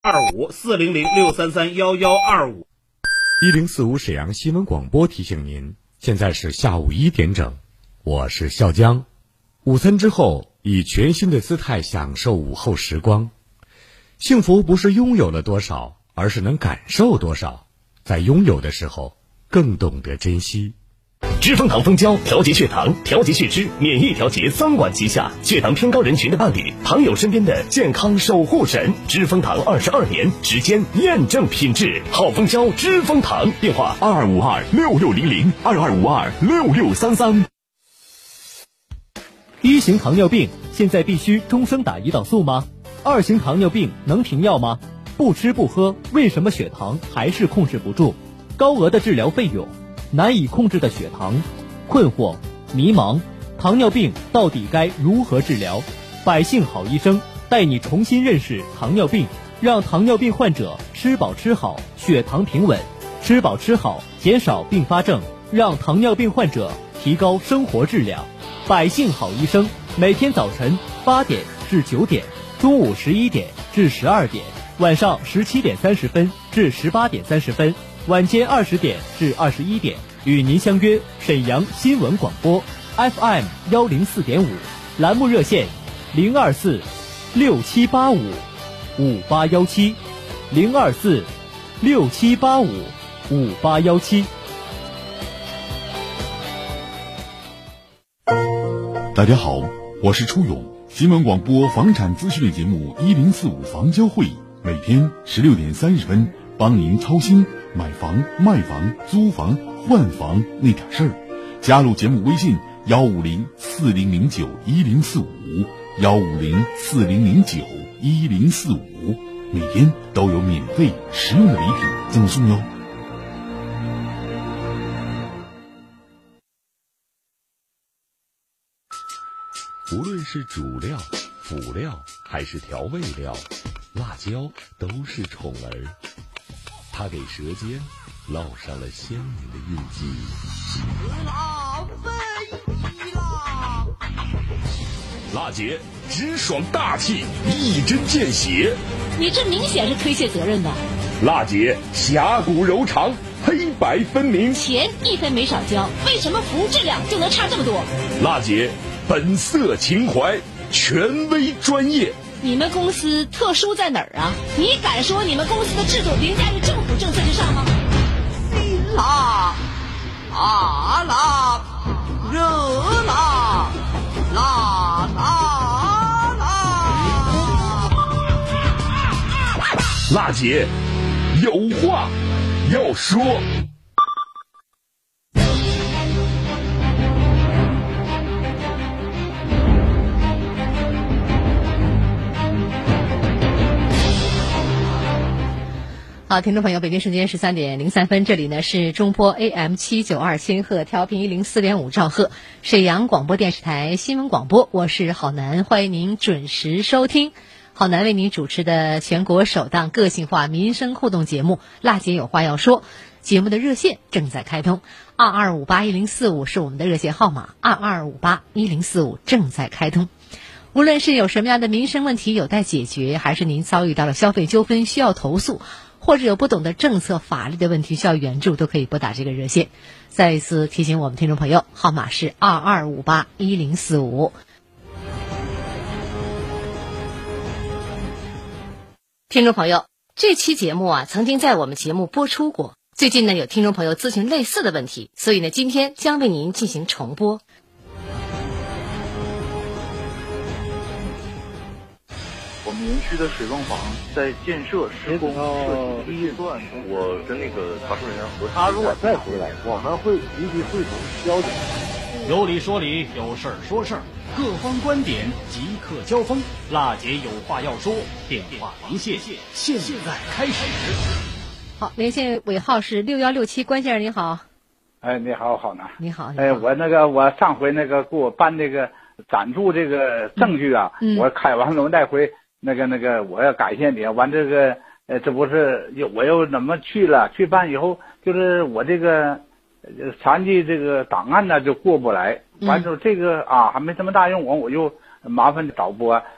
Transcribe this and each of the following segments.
254006331125。 1045沈阳新闻广播提醒您，现在是下午1点整，我是笑江。午餐之后，以全新的姿态享受午后时光。幸福不是拥有了多少，而是能感受多少。在拥有的时候，更懂得珍惜。 知蜂糖蜂胶调节血糖、调节血脂、免疫调节3管齐下，血糖偏高人群的伴侣，糖友身边的健康守护神。知蜂糖22年时间验证品质，好蜂胶知蜂糖。电话22526600，22526633。 1型糖尿病现在必须终生打胰岛素吗？2型糖尿病能停药吗？不吃不喝，为什么血糖还是控制不住？高额的治疗费用，难以控制的血糖，困惑、迷茫，糖尿病到底该如何治疗？百姓好医生带你重新认识糖尿病，让糖尿病患者吃饱吃好，血糖平稳，吃饱吃好，减少并发症，让糖尿病患者提高生活质量。百姓好医生每天早晨8点至9点，中午11点至12点，晚上17点30分至18点30分，晚间20点至21点，与您相约沈阳新闻广播 FM 104.5，栏目热线024-6785-5817 024-6785-5817。 大家好，我是初勇，新闻广播房产资讯类节目1045房交会，每天16点30分，帮您操心买房、卖房、租房、换房那点事儿。加入节目微信15040091045，15040091045，每天都有免费实用的礼品赠送哟。 无论是主料、辅料还是调味料，辣椒都是宠儿，它给舌尖烙上了鲜明的印记。 浪费你啦！ 辣姐直爽大气，一针见血。 你这明显是推卸责任的。 辣姐侠骨柔肠，黑白分明， 钱一分没少交，为什么服务质量就能差这么多？ 辣姐本色情怀，权威专业。 你们公司特殊在哪儿啊？你敢说你们公司的制度凌驾于政府政策之上吗？ 辣啊辣，热辣，辣辣辣！ 辣姐有话要说。 好，听众朋友，北京时间13点03分，这里呢是中波 AM792千赫，调频104.5兆赫，沈阳广播电视台新闻广播，我是郝楠，欢迎您准时收听郝楠为您主持的全国首档个性化民生互动节目《辣姐有话要说》。节目的热线正在开通，22581045是我们的热线号码，22581045正在开通。无论是有什么样的民生问题有待解决，还是您遭遇到了消费纠纷需要投诉，或者有不懂的政策法律的问题需要援助，都可以拨打这个热线。再一次提醒我们听众朋友，号码是22581045。听众朋友，这期节目曾经在我们节目播出过，最近呢有听众朋友咨询类似的问题，所以呢今天将为您进行重播。 我们园区的水泵房在建设施工设计预算， 我跟那个查收人员核实。 他如果再回来，我们会立即汇总交给。 有理说理，有事儿说事儿，各方观点即刻交锋。辣姐有话要说，电话连线现在开始。 好，连线尾号是6167，关先生您好。 哎，你好，郝楠。 你好。 哎，我上回给我办暂住这个证据啊，我开完了那回。我要感谢你。完这不是我又怎么去了？去办以后，就是我这个残疾这个档案呢就过不来。完之后这个还没什么大用，我就麻烦导播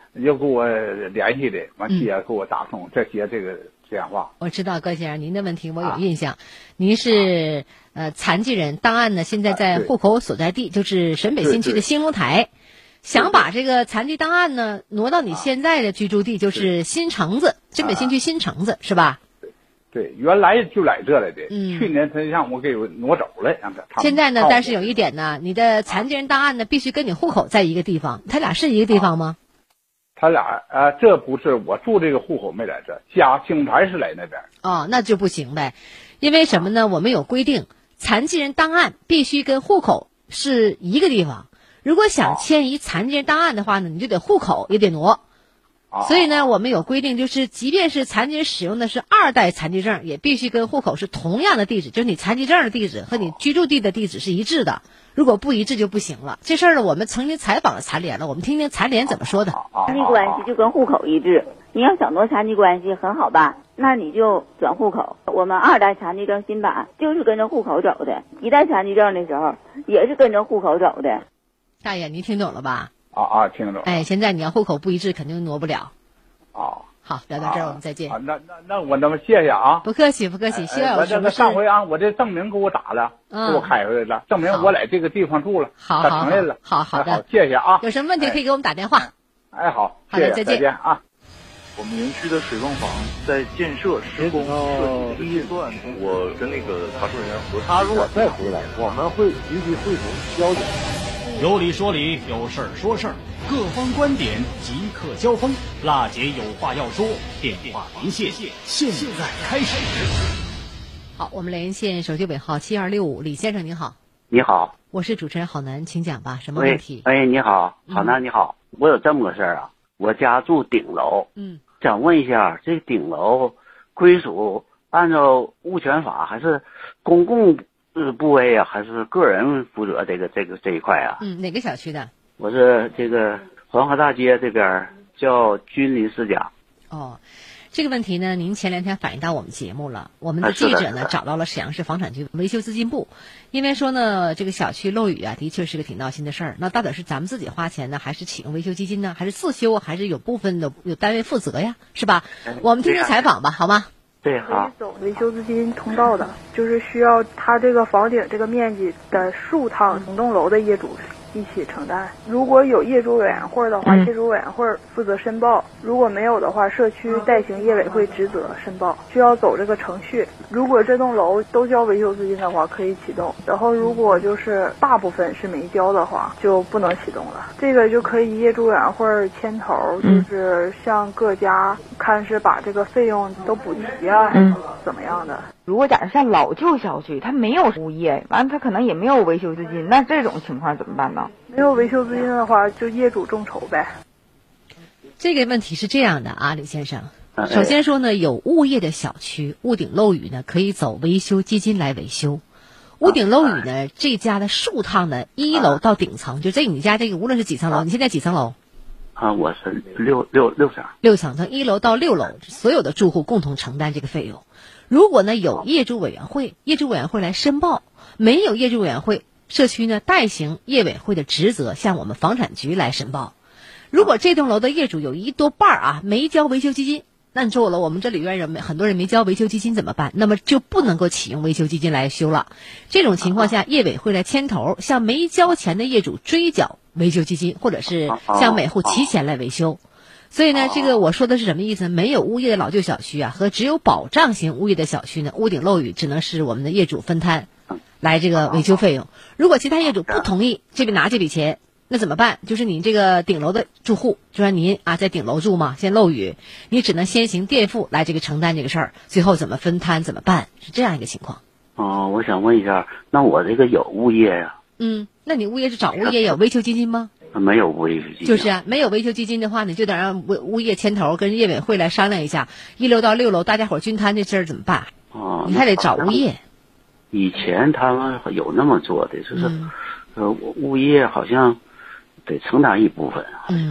又给我联系的，完接给我打通，再接这个电话。 我知道高先生您的问题我有印象，您是残疾人，档案呢现在在户口所在地就是沈北新区的兴隆台，想把这个残疾档案呢挪到你现在的居住地，就是新城子，沈北新区新城子是吧？ 对，原来就来这来的，去年他让我给挪走了，让他。 现在呢，但是有一点呢，你的残疾人档案呢必须跟你户口在一个地方，他俩是一个地方吗？ 他俩这不是我住这个户口没来这，家兴台是来那边。 哦，那就不行呗，因为什么呢？我们有规定，残疾人档案必须跟户口是一个地方。如果想迁移残疾人档案的话呢，你就得户口也得挪。所以呢，我们有规定，就是即便是残疾人使用的是2代残疾证，也必须跟户口是同样的地址，就是你残疾证的地址和你居住地的地址是一致的。如果不一致就不行了。这事儿呢，我们曾经采访了残联了，我们听听残联怎么说的。 残疾关系就跟户口一致，你要想挪残疾关系很好办，那你就转户口。我们2代残疾证新版就是跟着户口走的，1代残疾证的时候也是跟着户口走的。 大爷，您听懂了吧？ 听懂。 哎，现在你要户口不一致，肯定挪不了。好，聊到这儿，我们再见。 那我那么谢谢啊。 不客气，不客气。需要有什么事？ 上回我这证明给我打了，给我开回来了，证明我在这个地方住了， 好， 他承认了。 好的， 谢谢啊。 有什么问题可以给我们打电话。 好， 好的，再见啊。 我们园区的水泵房在建设施工设计预算， 我跟那个查收人员核他如果再回来，我们会集体汇总交警。 有理说理，有事儿说事儿，各方观点即刻交锋。辣姐有话要说，电话连线，现在开始。 好，我们连线手机尾号7265，李先生您好。 你好， 我是主持人郝楠，请讲吧，什么问题？ 你好，郝楠你好，我有这么个事儿啊，我家住顶楼，想问一下，这顶楼归属按照物权法还是公共部位啊，还是个人负责这一块啊？ 哪个小区的？ 我是这个黄河大街这边叫君临世家。 这个问题呢，您前2天反映到我们节目了，我们的记者呢找到了沈阳市房产局维修资金部，因为说呢这个小区漏雨啊，的确是个挺闹心的事儿。那到底是咱们自己花钱呢，还是启用维修基金呢，还是自修，还是有部分的有单位负责呀，是吧？我们听听采访吧，好吗？ 对，好。 可以走维修资金通道的，就是需要他这个房顶这个面积的数趟整栋楼的业主一起承担。如果有业主委员会的话，业主委员会负责申报；如果没有的话，社区代行业委会职责申报，需要走这个程序。如果这栋楼都交维修资金的话，可以启动；然后如果就是大部分是没交的话，就不能启动了。这个就可以业主委员会牵头，就是向各家看是把这个费用都补齐啊，还是怎么样的。 如果假如像老旧小区，它没有物业，完了它可能也没有维修资金，那这种情况怎么办呢？ 没有维修资金的话，就业主众筹呗。 这个问题是这样的啊，李先生。首先说呢，有物业的小区屋顶漏雨呢，可以走维修基金来维修。屋顶漏雨呢，这家的数趟呢，1楼到顶层，就你家这个无论是几层楼，你现在几层楼？ 我是六层。 6层，从1楼到6楼，所有的住户共同承担这个费用。如果呢有业主委员会，业主委员会来申报；没有业主委员会，社区呢代行业委会的职责，向我们房产局来申报。如果这栋楼的业主有1多半没交维修基金，那你说了，我们这里边很多人没交维修基金怎么办？那么就不能够启用维修基金来修了。这种情况下，业委会来牵头，向没交钱的业主追缴维修基金，或者是向每户提前来维修。所以呢，这个我说的是什么意思？没有物业的老旧小区啊，和只有保障型物业的小区呢，屋顶漏雨只能是我们的业主分摊来这个维修费用。如果其他业主不同意这笔拿这笔钱，那怎么办？就是你这个顶楼的住户，就说您在顶楼住嘛，现在漏雨，你只能先行垫付来这个承担这个事儿，最后怎么分摊怎么办，是这样一个情况。 我想问一下，那我这个有物业呀？ 那你物业是找物业有维修基金吗？ 没有维修基金。 就是没有维修基金的话，你就得让物业牵头，跟业委会来商量一下，1楼到6楼大家伙均摊这事儿怎么办？你还得找物业。 以前他们有那么做的，就是物业好像得承担一部分。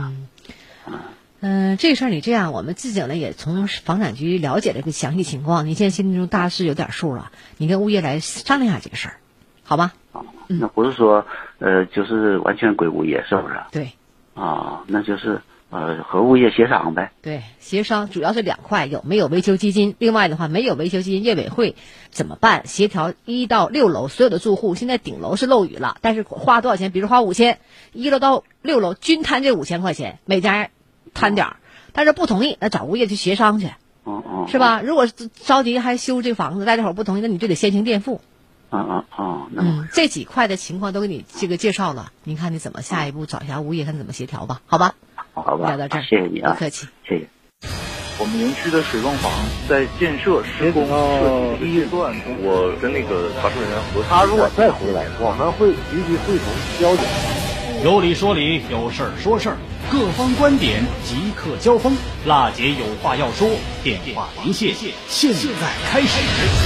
这个事儿你这样，我们自己呢也从房产局了解了个详细情况，你现在心中大致有点数了，你跟物业来商量一下这个事儿，好吧？ 那不是说就是完全归物业，是不是？ 对。 那就是和物业协商呗。 对，协商主要是2块，有没有维修基金？另外的话，没有维修基金，业委会怎么办？协调1到6楼所有的住户，现在顶楼是漏雨了，但是花多少钱？比如花5000，1楼到6楼均摊这5000块钱，每家摊点儿。但是不同意，那找物业去协商去，是吧？如果着急还修这房子，大家伙不同意，那你就得先行垫付。这几块的情况都给你这个介绍了，您看你怎么下一步找一下物业，看怎么协调吧，好吧？ 好吧， 聊到这儿， 谢谢你啊， 不客气， 谢谢。 我们园区的水泵房在建设施工设计阶段， 我跟那个查收人员核他如果再回来，我们会集体会同交警。 有理说理，有事儿说事儿，各方观点即刻交锋。辣姐有话要说，电话连线，现在开始。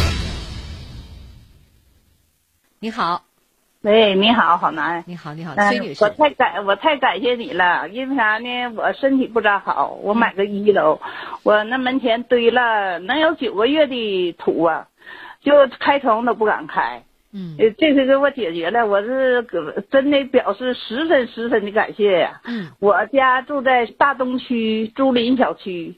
你好。 喂，你好，好男。 你好，崔女士。 我太感谢你了，因为啥呢？我身体不咋好，我买个1楼，我那门前堆了能有9个月的土啊，就开窗都不敢开。这次给我解决了，我是真的表示十分的感谢呀。我家住在大东区朱林小区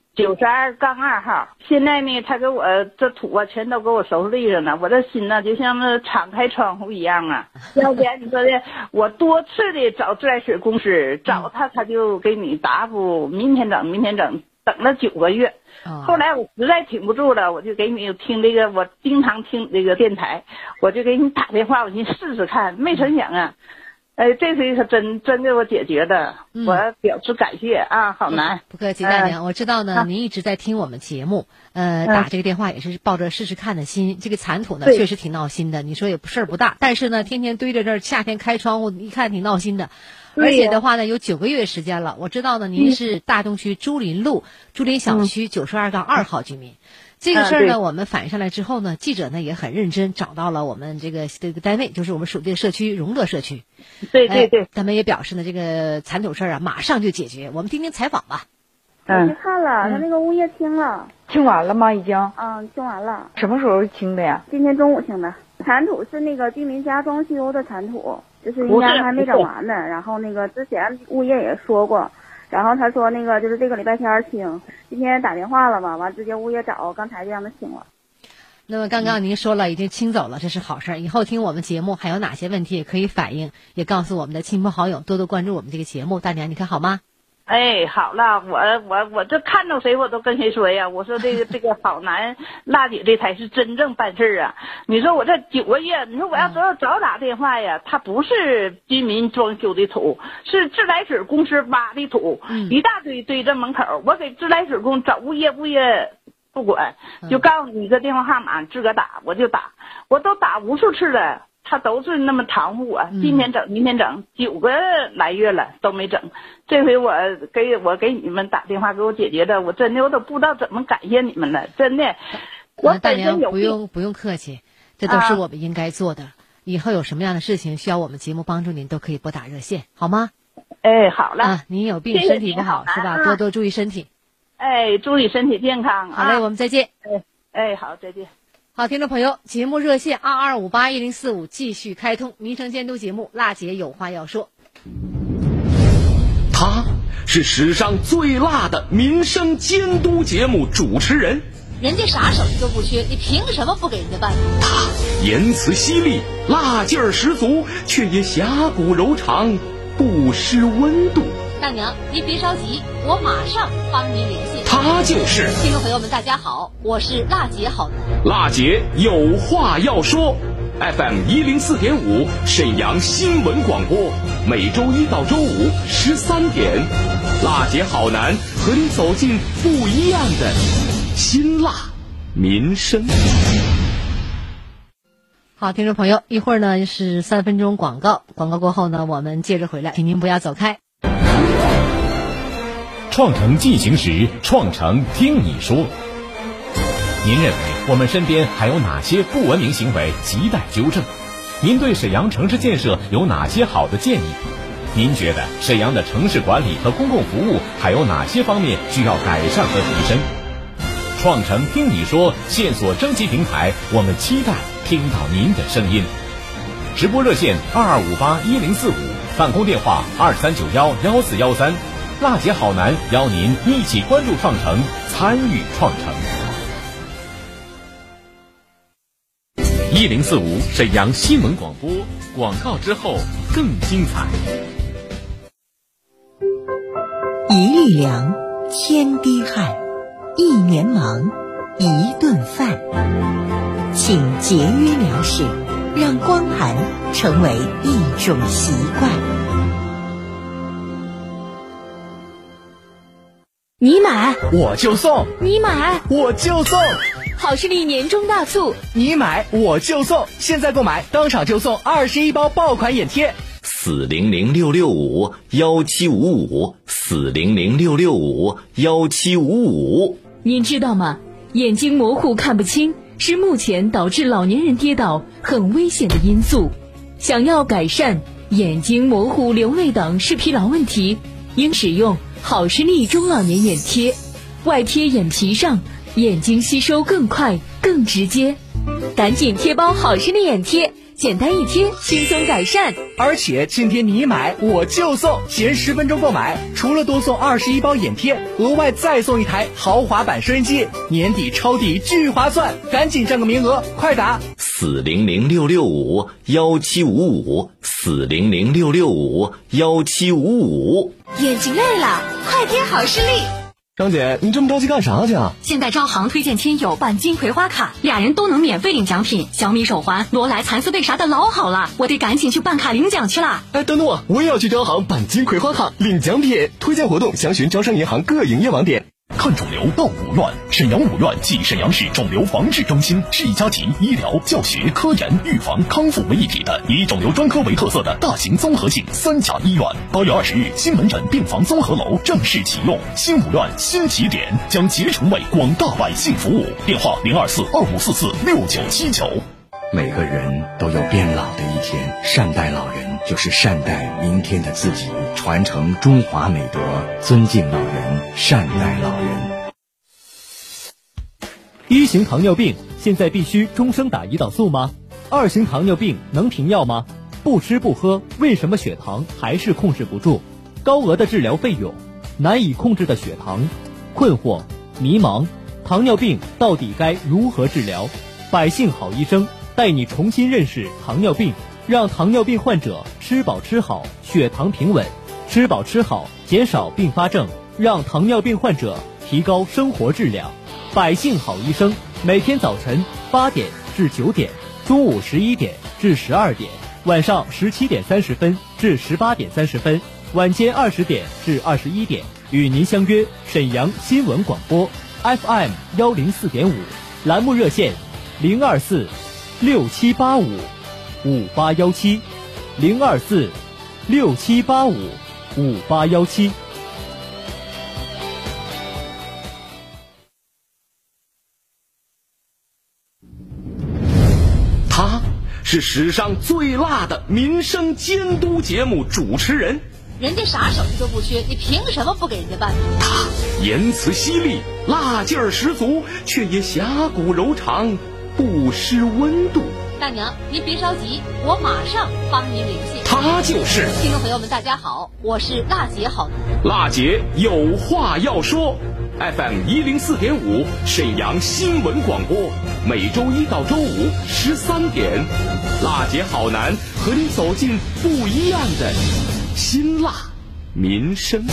92-2号，现在呢，他给我这土啊全都给我收拾利索了，我这心呢就像那敞开窗户一样啊。要不然你说的，我多次的找自来水公司找他就给你答复明天整，等了9个月。后来我实在挺不住了，我就给你听这个，我经常听这个电台，我就给你打电话，我寻思试试看，没成想啊，这回可真给我解决了，我表示感谢啊，好男。 不客气，大娘，我知道呢，您一直在听我们节目，打这个电话也是抱着试试看的心。这个残土呢，确实挺闹心的，你说也事儿不大，但是呢，天天堆着这儿，夏天开窗户，一看挺闹心的。而且的话呢，有9个月时间了。我知道呢，您是大东区朱林路朱林小区92-2号居民。这个事儿呢，我们反映上来之后呢，记者呢也很认真，找到了我们这个单位，就是我们属地的社区荣乐社区。 对， 他们也表示呢，这个残土事儿啊，马上就解决。我们听听采访吧。 我去看了，他那个物业清了。 清完了吗？已经？ 清完了。 什么时候清的呀？ 今天中午清的。残土是那个居民家装修的残土。就是应该还没整完呢，然后那个之前物业也说过，然后他说那个就是这个礼拜天清，今天打电话了嘛，完直接物业找，刚才就让他清了。 那么刚刚您说了已经清走了，这是好事。以后听我们节目还有哪些问题也可以反映，也告诉我们的亲朋好友，多多关注我们这个节目。大娘，你看好吗？ 好了，我这看到谁我都跟谁说呀。我说这个好男辣姐这才是真正办事啊！你说我这9个月，你说我要早打电话呀，他不是居民装修的土，是自来水公司挖的土，一大堆堆在门口。我给自来水公找物业不管，就告诉你个电话号码，自个打，我就打，我都打无数次了。他都是那么搪护我，今天整明天整，9个来月了都没整。这回我给你们打电话给我解决的，我真的我都不知道怎么感谢你们了，真的。我大娘不用客气，这都是我们应该做的。以后有什么样的事情需要我们节目帮助您，都可以拨打热线，好吗？ 好了。 您有病身体不好是吧？多多注意身体。 祝你身体健康啊！ 好嘞，我们再见。 好，再见。 好，听众朋友，节目热线22581045继续开通，民生监督节目，辣姐有话要说。 他是史上最辣的民生监督节目主持人， 人家啥手续都不缺，你凭什么不给人家办？ 他言辞犀利，辣劲儿十足，却也侠骨柔肠，不失温度。 大娘，您别着急，我马上帮您联系。 他就是听众朋友们，大家好，我是辣姐好男。 辣姐有话要说 ，FM 104.5沈阳新闻广播，每周1到周513点，辣姐好男和你走进不一样的辛辣民生。 好，听众朋友，一会儿呢是3分钟广告，广告过后呢，我们接着回来，请您不要走开。 创城进行时，创城听你说。您认为我们身边还有哪些不文明行为亟待纠正？您对沈阳城市建设有哪些好的建议？您觉得沈阳的城市管理和公共服务还有哪些方面需要改善和提升？创城听你说线索征集平台，我们期待听到您的声音。直播热线22581045，办公电话23911413。 辣姐好男邀您一起关注创城，参与创城。1045沈阳新闻广播，广告之后更精彩。 一粒粮，千滴汗，一年忙，一顿饭。请节约粮食，让光寒成为一种习惯。 你买我就送， 你买我就送。 好视力年终大促， 你买我就送，现在购买当场就送21包爆款眼贴。 400665400665175。 您知道吗？眼睛模糊看不清是目前导致老年人跌倒很危险的因素。想要改善眼睛模糊、流泪等视疲劳问题，应使用好视力中老年眼贴，外贴眼皮上，眼睛吸收更快更直接。赶紧贴包好视力眼贴，简单一贴，轻松改善。 而且今天你买我就送，前10分钟购买，除了多送21包眼贴，额外再送一台豪华版收音机，年底抄底巨划算，赶紧占个名额，快打 4006655，4006655， 眼睛累了，快贴好视力。 张姐，你这么着急干啥去啊？ 现在招行推荐亲友办金葵花卡，2人都能免费领奖品，小米手环、罗莱蚕丝被啥的老好了，我得赶紧去办卡领奖去了。 哎，等等我也要去招行办金葵花卡领奖品。推荐活动详询招商银行各营业网点。 看肿瘤到五院，沈阳五院即沈阳市肿瘤防治中心，是一家集医疗、教学、科研、预防、康复为一体的以肿瘤专科为特色的大型综合性3甲医院。8月20日，新门诊病房综合楼正式启用，新五院新起点将竭诚为广大百姓服务。电话02425446979。 每个人都有变老的一天，善待老人就是善待明天的自己，传承中华美德，尊敬老人，善待老人。 1型糖尿病现在必须终生打胰岛素吗？2型糖尿病能停药吗？不吃不喝，为什么血糖还是控制不住？高额的治疗费用，难以控制的血糖，困惑、迷茫，糖尿病到底该如何治疗？百姓好医生带你重新认识糖尿病，让糖尿病患者吃饱吃好，血糖平稳，吃饱吃好，减少并发症，让糖尿病患者提高生活质量。百姓好医生每天早晨8点至9点，中午11点至12点，晚上17点30分至18点30分，晚间20点至21点，与您相约沈阳新闻广播 FM 104.5，栏目热线024-6785-5817 024-6785-5817。 他是史上最辣的民生监督节目主持人， 人家啥手艺都不缺，你凭什么不给人家办？ 他言辞犀利，辣劲儿十足，却也侠骨柔肠，不失温度。 大娘，您别着急，我马上帮您联系。 他就是听众朋友们，大家好，我是辣姐好男。 辣姐有话要说。FM 104.5沈阳新闻广播，每周1到周5 13点，辣姐好男和你走进不一样的辛辣民生。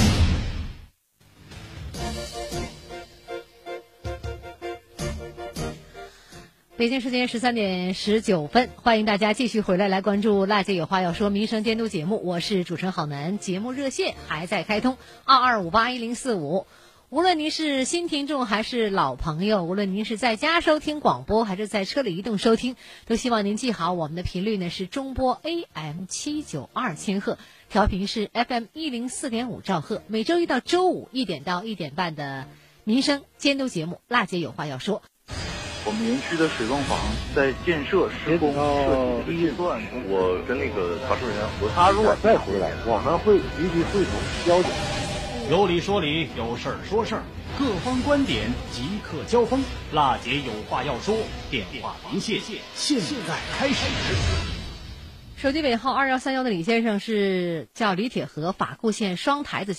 北京时间13点19分，欢迎大家继续回来关注辣姐有话要说民生监督节目，我是主持人郝楠，节目热线还在开通22581045。无论您是新听众还是老朋友，无论您是在家收听广播还是在车里移动收听，都希望您记好我们的频率呢是中波 AM792千赫，调频是 FM 104.5兆赫。每周1到周51点到1点半的民生监督节目，辣姐有话要说。 我们园区的水泵房在建设施工设计阶段， 我跟那个查收人员核他如果再回来，我们会集体汇总交警。 有理说理，有事儿说事儿，各方观点即刻交锋。辣姐有话要说，电话连线，现在开始。 手机尾号2131的李先生是叫李铁河，法库县双台子乡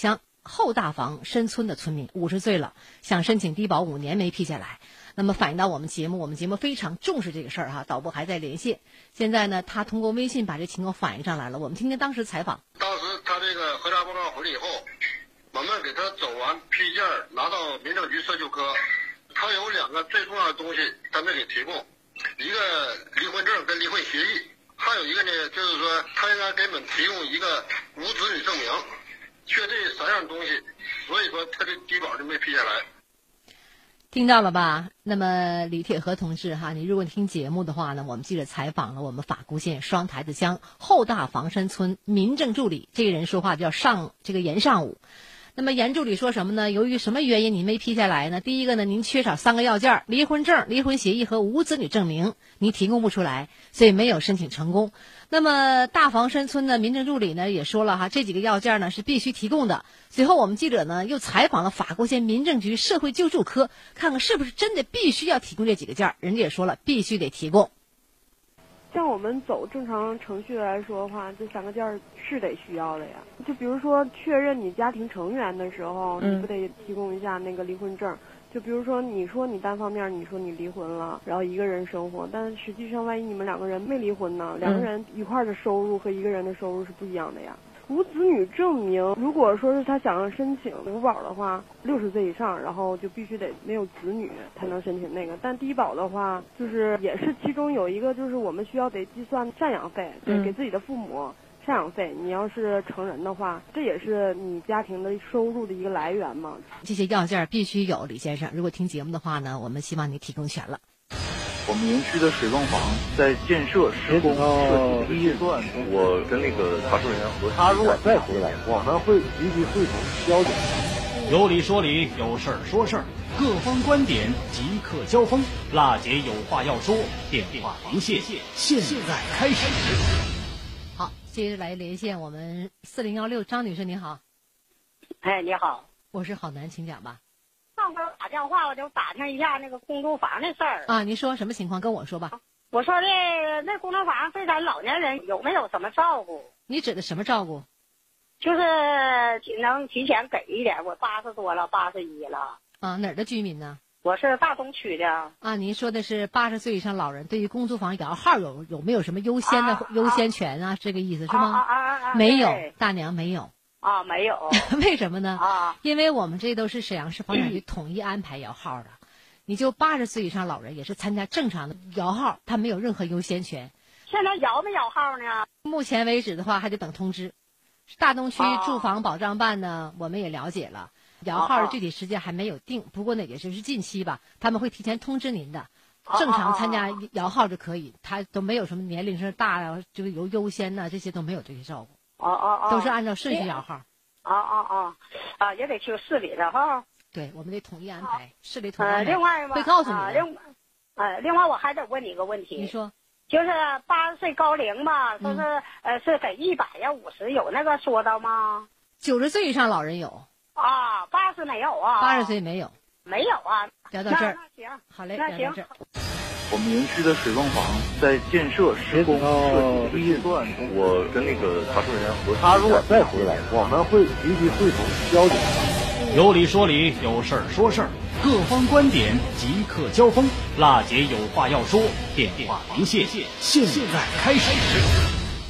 后大房申村的村民，50岁了，想申请低保5年没批下来。那么反映到我们节目非常重视这个事儿哈，导播还在连线。现在呢，他通过微信把这情况反映上来了，我们听听当时采访。 当时他这个核查报告回来以后，我们给他走完批件，拿到民政局社区科，他有2个最重要的东西他没给提供，一个离婚证跟离婚协议，还有一个呢，就是说他应该给我们提供一个无子女证明，缺这3样东西，所以说他的低保就没批下来。 听到了吧？那么李铁河同志哈，你如果听节目的话呢，我们记者采访了我们法固县双台子乡后大房申村民政助理，这个人说话叫严尚武。那么严助理说什么呢？由于什么原因您没批下来呢？第一个呢，您缺少3个要件，离婚证、离婚协议和无子女证明，您提供不出来，所以没有申请成功。那么大房申村的民政助理呢也说了哈，这几个要件呢是必须提供的。随后我们记者呢又采访了法固县民政局社会救助科，看看是不是真的必须要提供这几个件，人家也说了必须得提供。 像我们走正常程序来说的话，这3个件是得需要的呀。就比如说确认你家庭成员的时候，你不得提供一下那个离婚证？就比如说你说你单方面你说你离婚了，然后一个人生活，但实际上万一你们2个人没离婚呢，2个人一块的收入和一个人的收入是不一样的呀。无子女证明，如果说是他想要申请五保的话，60岁以上，然后就必须得没有子女才能申请那个。但低保的话，就是也是其中有一个，就是我们需要得计算赡养费，对，给自己的父母赡养费。你要是成人的话，这也是你家庭的收入的一个来源嘛。 这些要件必须有，李先生。如果听节目的话呢，我们希望你提供全了。 我们园区的水泵房在建设施工设计阶段， 我跟那个查收人员核他如果再回来，我们会立即会同交警。 有理说理，有事儿说事儿，各方观点即刻交锋。辣姐有话要说，电话连线，现在开始。 好，接着来连线我们4016张女士，你好。 哎，你好， 我是郝楠，请讲吧。 上回打电话我就打听一下那个公租房的事儿啊，您说什么情况？跟我说吧。 我说的那公租房对咱老年人有没有什么照顾？ 你指的什么照顾？ 就是能提前给一点，我80多了，81了。 啊，哪儿的居民呢？ 我是大东区的。 啊，您说的是80岁以上老人对于公租房摇号有没有什么优先的优先权啊？这个意思是吗？没有，大娘没有。 啊，没有。 为什么呢？ 啊， 因为我们这都是沈阳市房产局统一安排摇号的，你就80岁以上老人也是参加正常的摇号，他没有任何优先权。 现在摇没摇号呢？ 目前为止的话，还得等通知。大东区住房保障办呢，我们也了解了，摇号的具体时间还没有定，不过呢，也就是近期吧，他们会提前通知您的。正常参加摇号就可以，他都没有什么年龄是大呀，就有优先呐，这些都没有这些照顾。都是按照顺序摇号。 也得去市里的哈。 对，我们得统一安排，市里统一安排。 另外会告诉你的。另外我还得问你一个问题。 你说。 就是80岁高龄嘛，说是是给100呀50，有那个说到吗 ？90岁以上老人有。 啊，80没有啊。 80岁没有。 没有啊。 聊到这儿。 那行。 好嘞， 那行。 我们园区的水泵房在建设施工设计阶段， 我跟那个查收人员核他如果再回来，我们会立即会同交警。 有理说理，有事儿说事儿，各方观点即刻交锋。辣姐有话要说，电话连线，现在开始。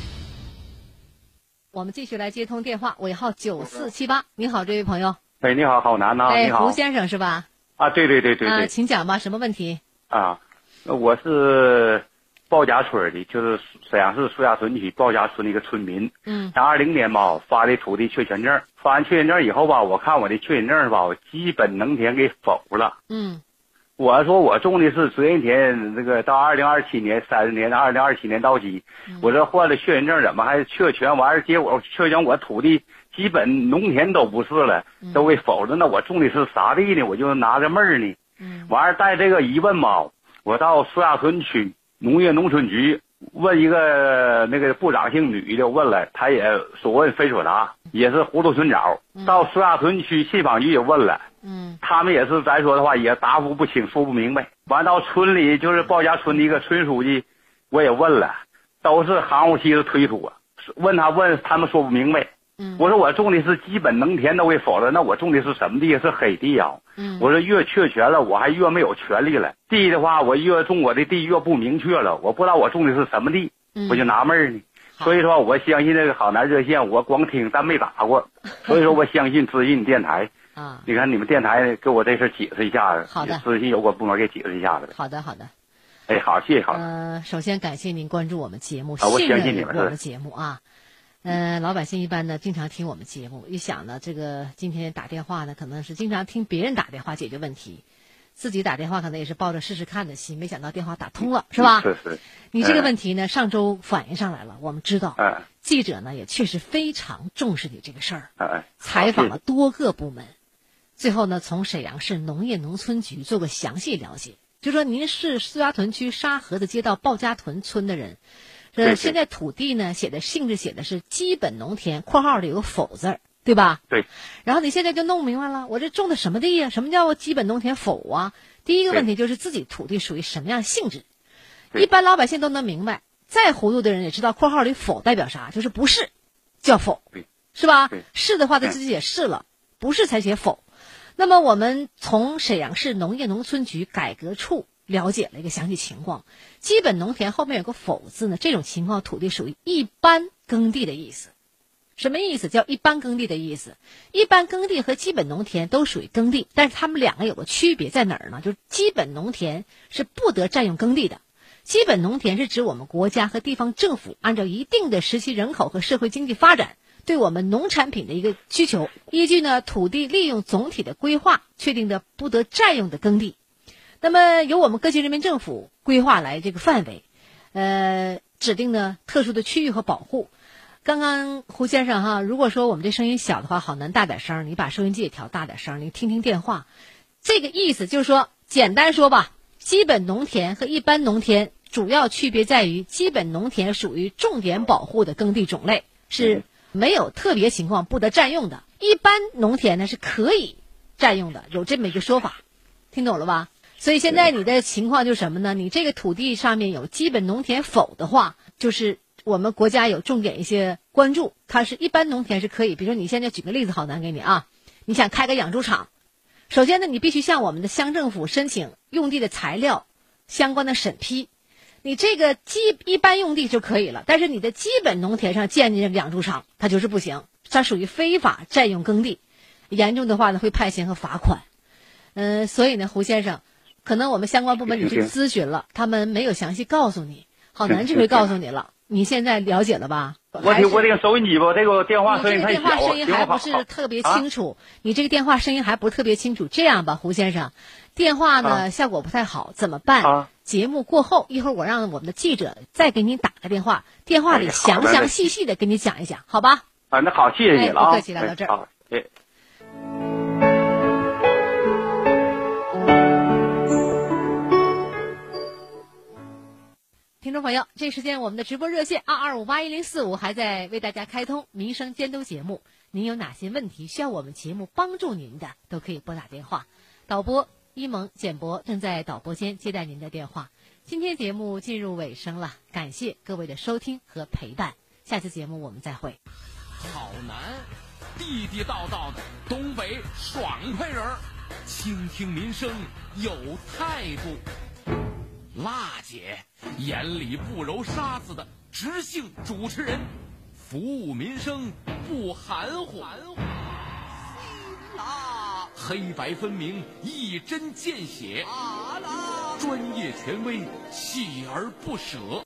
我们继续来接通电话，尾号9478。你好，这位朋友。 哎，你好，郝楠呐，你好， 胡先生是吧？ 啊，对。 请讲吧，什么问题？ 啊，我是鲍家村的，就是沈阳市苏家屯区鲍家村的一个村民。2020年吧，发的土地确权证，发完确权证以后吧，我看我的确权证吧，我基本农田给否了。我说我种的是责任田，这个到2027年30年，2027年到期。我这换了确权证，怎么还确权完？结果确权我土地基本农田都不是了，都给否了。那我种的是啥地呢？我就拿着闷儿呢。完带这个疑问吧，我到苏家屯区农业农村局问一个那个部长姓女的，问了，他也所问非所答，也是糊涂寻找。到苏家屯区信访局也问了，他们也是咱说的话也答复不清，说不明白。完到村里就是鲍家村的一个村书记，我也问了，都是含糊其辞推脱，问他们说不明白。 我说我种的是基本农田都给否了，那我种的是什么地？是黑地啊。我说越确权了，我还越没有权利了。地的话，我越种我的地越不明确了，我不知道我种的是什么地，我就纳闷呢。所以说，我相信这个好男热线，我光听但没打过，所以说我相信知音电台。你看你们电台给我这事解释一下子， 好的， 知心有关部门给解释一下子。 好的，好的。 哎，好，谢谢，好。 首先感谢您关注我们节目， 我相信你们我们节目啊。老百姓一般呢经常听我们节目，一想呢，这个今天打电话呢，可能是经常听别人打电话解决问题，自己打电话可能也是抱着试试看的心，没想到电话打通了，是吧？ 是。 你这个问题呢，上周反映上来了，我们知道，记者呢也确实非常重视你这个事儿，采访了多个部门，最后呢，从沈阳市农业农村局做个详细了解，就说您是苏家屯区沙河子街道鲍家屯村的人。现在土地呢性质写的是基本农田（括号里有个否字，对吧？ 对。 然后你现在就弄明白了，我这种的什么地呀？什么叫基本农田否啊？第一个问题就是自己土地属于什么样性质，一般老百姓都能明白，再糊涂的人也知道括号里否代表啥，就是不是叫否，是吧？是的话他自己也是了，不是才写否。那么我们从沈阳市农业农村局改革处了解了一个详细情况，基本农田后面有个否字呢，这种情况土地属于一般耕地的意思。什么意思？叫一般耕地的意思。一般耕地和基本农田都属于耕地，但是它们两个有个区别在哪儿呢？就是基本农田是不得占用耕地的。基本农田是指我们国家和地方政府按照一定的时期人口和社会经济发展对我们农产品的一个需求，依据呢土地利用总体的规划确定的不得占用的耕地。那么由我们各级人民政府规划来这个范围，指定呢特殊的区域和保护。刚刚胡先生哈，如果说我们这声音小的话，好难大点声，你把收音机也调大点声，你听听电话。这个意思就是说，简单说吧，基本农田和一般农田主要区别在于，基本农田属于重点保护的耕地种类，是没有特别情况不得占用的；一般农田呢是可以占用的，有这么一个说法，听懂了吧？所以现在你的情况就是什么呢？你这个土地上面有基本农田否的话，就是我们国家有重点一些关注，它是一般农田是可以。比如说你现在举个例子，好难给你啊，你想开个养猪场，首先呢，你必须向我们的乡政府申请用地的材料相关的审批，你这个一般用地就可以了，但是你的基本农田上建立这个养猪场，它就是不行，它属于非法占用耕地，严重的话呢会判刑和罚款。所以呢，胡先生，可能我们相关部门你去咨询了，他们没有详细告诉你，好难这回告诉你了。你现在了解了吧？ 我这个收音机吧，这个电话声音太小， 你这个电话声音还不是特别清楚，你这个电话声音还不是特别清楚。这样吧，胡先生，电话呢效果不太好，怎么办？节目过后，一会儿我让我们的记者再给你打个电话，电话里详详细细的跟你讲一讲，好吧？ 那好，谢谢你了啊！ 不客气，来到这儿。听众朋友，这时间我们的直播热线22581045还在为大家开通民生监督节目，您有哪些问题需要我们节目帮助您的，都可以拨打电话。导播一萌、简博正在导播间接待您的电话。今天节目进入尾声了，感谢各位的收听和陪伴，下次节目我们再会。 好男，地地道道的东北爽快人，倾听民生有态度。辣姐眼里不揉沙子的直性主持人，服务民生不含糊，黑白分明，一针见血，专业权威，锲而不舍。